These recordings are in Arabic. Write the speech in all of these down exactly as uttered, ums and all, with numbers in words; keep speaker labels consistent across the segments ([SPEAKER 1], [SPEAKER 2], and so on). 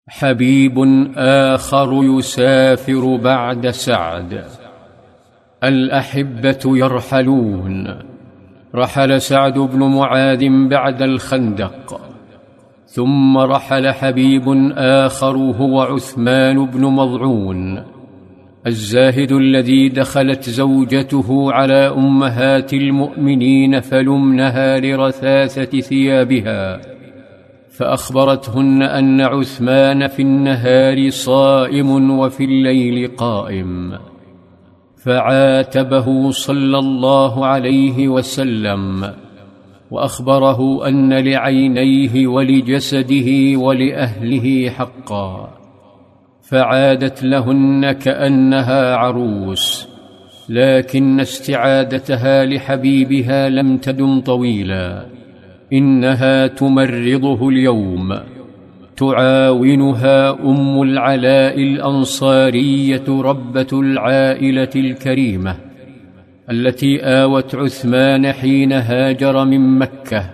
[SPEAKER 1] حبيب آخر يسافر بعد سعد. الأحبة يرحلون. رحل سعد بن معاذ بعد الخندق، ثم رحل حبيب آخر هو عثمان بن مظعون الزاهد الذي دخلت زوجته على أمهات المؤمنين فلمنها لرثاثة ثيابها، فأخبرتهن أن عثمان في النهار صائم وفي الليل قائم، فعاتبه صلى الله عليه وسلم وأخبره أن لعينيه ولجسده ولأهله حقا، فعادت لهن كأنها عروس، لكن استعادتها لحبيبها لم تدم طويلا، إنها تمرضه اليوم. تعاونها أم العلاء الأنصارية ربة العائلة الكريمة التي آوت عثمان حين هاجر من مكة،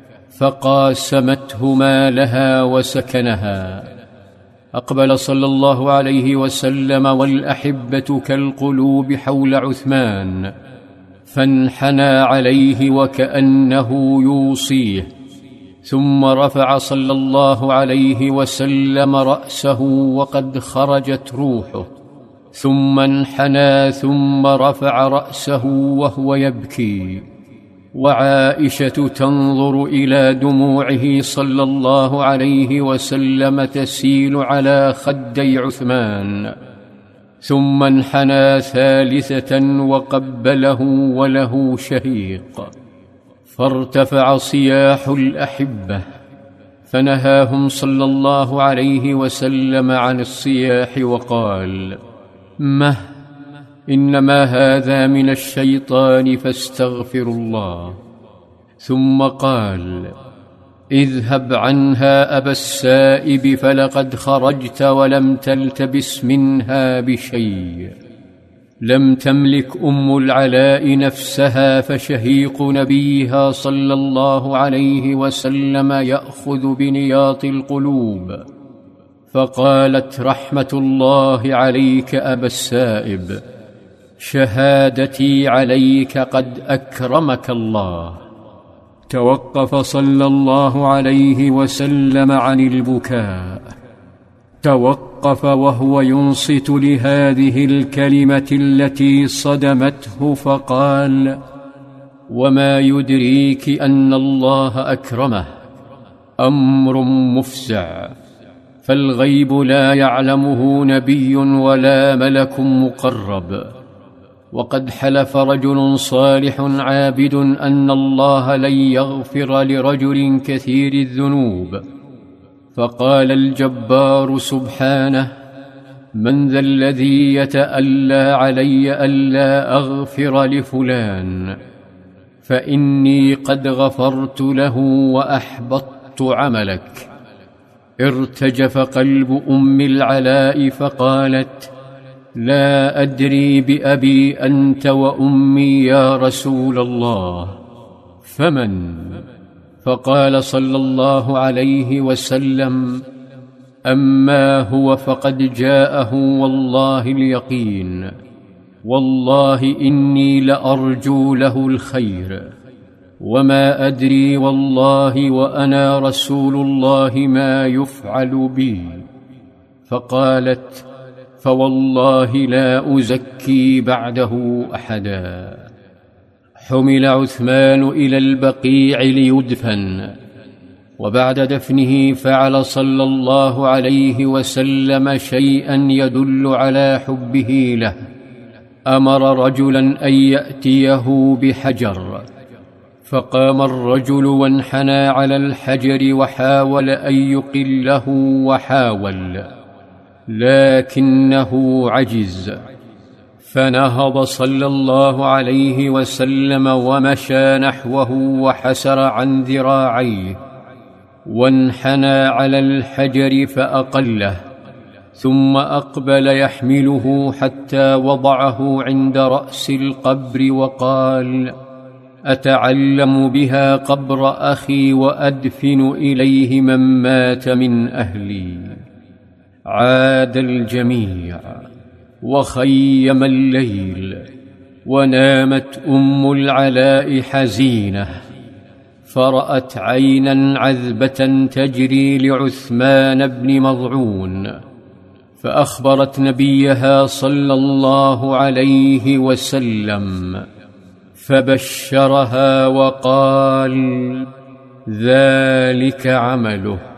[SPEAKER 1] فقاسمته مالها وسكنها. أقبل صلى الله عليه وسلم والأحبة كالقلوب حول عثمان، فانحنى عليه وكأنه يوصيه، ثم رفع صلى الله عليه وسلم رأسه وقد خرجت روحه، ثم انحنى ثم رفع رأسه وهو يبكي، وعائشة تنظر إلى دموعه صلى الله عليه وسلم تسيل على خدي عثمان، ثم انحنى ثالثة وقبله وله شهيق، فارتفع صياح الأحبة، فنهاهم صلى الله عليه وسلم عن الصياح وقال: مه إنما هذا من الشيطان فاستغفروا الله. ثم قال: اذهب عنها أبا السائب فلقد خرجت ولم تلتبس منها بشيء. لم تملك أم العلاء نفسها فشهيق نبيها صلى الله عليه وسلم يأخذ بنياط القلوب، فقالت: رحمة الله عليك أبا السائب، شهادتي عليك قد أكرمك الله. توقف صلى الله عليه وسلم عن البكاء، توقف وهو ينصت لهذه الكلمة التي صدمته، فقال: وما يدريك أن الله أكرمه؟ أمر مفزع، فالغيب لا يعلمه نبي ولا ملك مقرب. وقد حلف رجل صالح عابد أن الله لن يغفر لرجل كثير الذنوب، فقال الجبار سبحانه: من ذا الذي يتألى علي ألا أغفر لفلان؟ فإني قد غفرت له وأحبطت عملك. ارتجف قلب أم العلاء فقالت: لا أدري بأبي أنت وأمي يا رسول الله، فمن؟ فقال صلى الله عليه وسلم: أما هو فقد جاءه والله اليقين، والله إني لأرجو له الخير، وما أدري والله وأنا رسول الله ما يفعل بي. فقالت: فوالله لا أزكي بعده أحدا. حمل عثمان إلى البقيع ليدفن، وبعد دفنه فعل صلى الله عليه وسلم شيئا يدل على حبه له. أمر رجلا أن يأتيه بحجر، فقام الرجل وانحنى على الحجر وحاول أن يقله وحاول، لكنه عجز، فنهض صلى الله عليه وسلم ومشى نحوه وحسر عن ذراعيه، وانحنى على الحجر فأقله، ثم أقبل يحمله حتى وضعه عند رأس القبر وقال: أتعلم بها قبر أخي وأدفن إليه من مات من أهلي. عاد الجميع وخيم الليل، ونامت أم العلاء حزينة، فرأت عينا عذبة تجري لعثمان بن مظعون، فأخبرت نبيها صلى الله عليه وسلم، فبشرها وقال: ذلك عمله.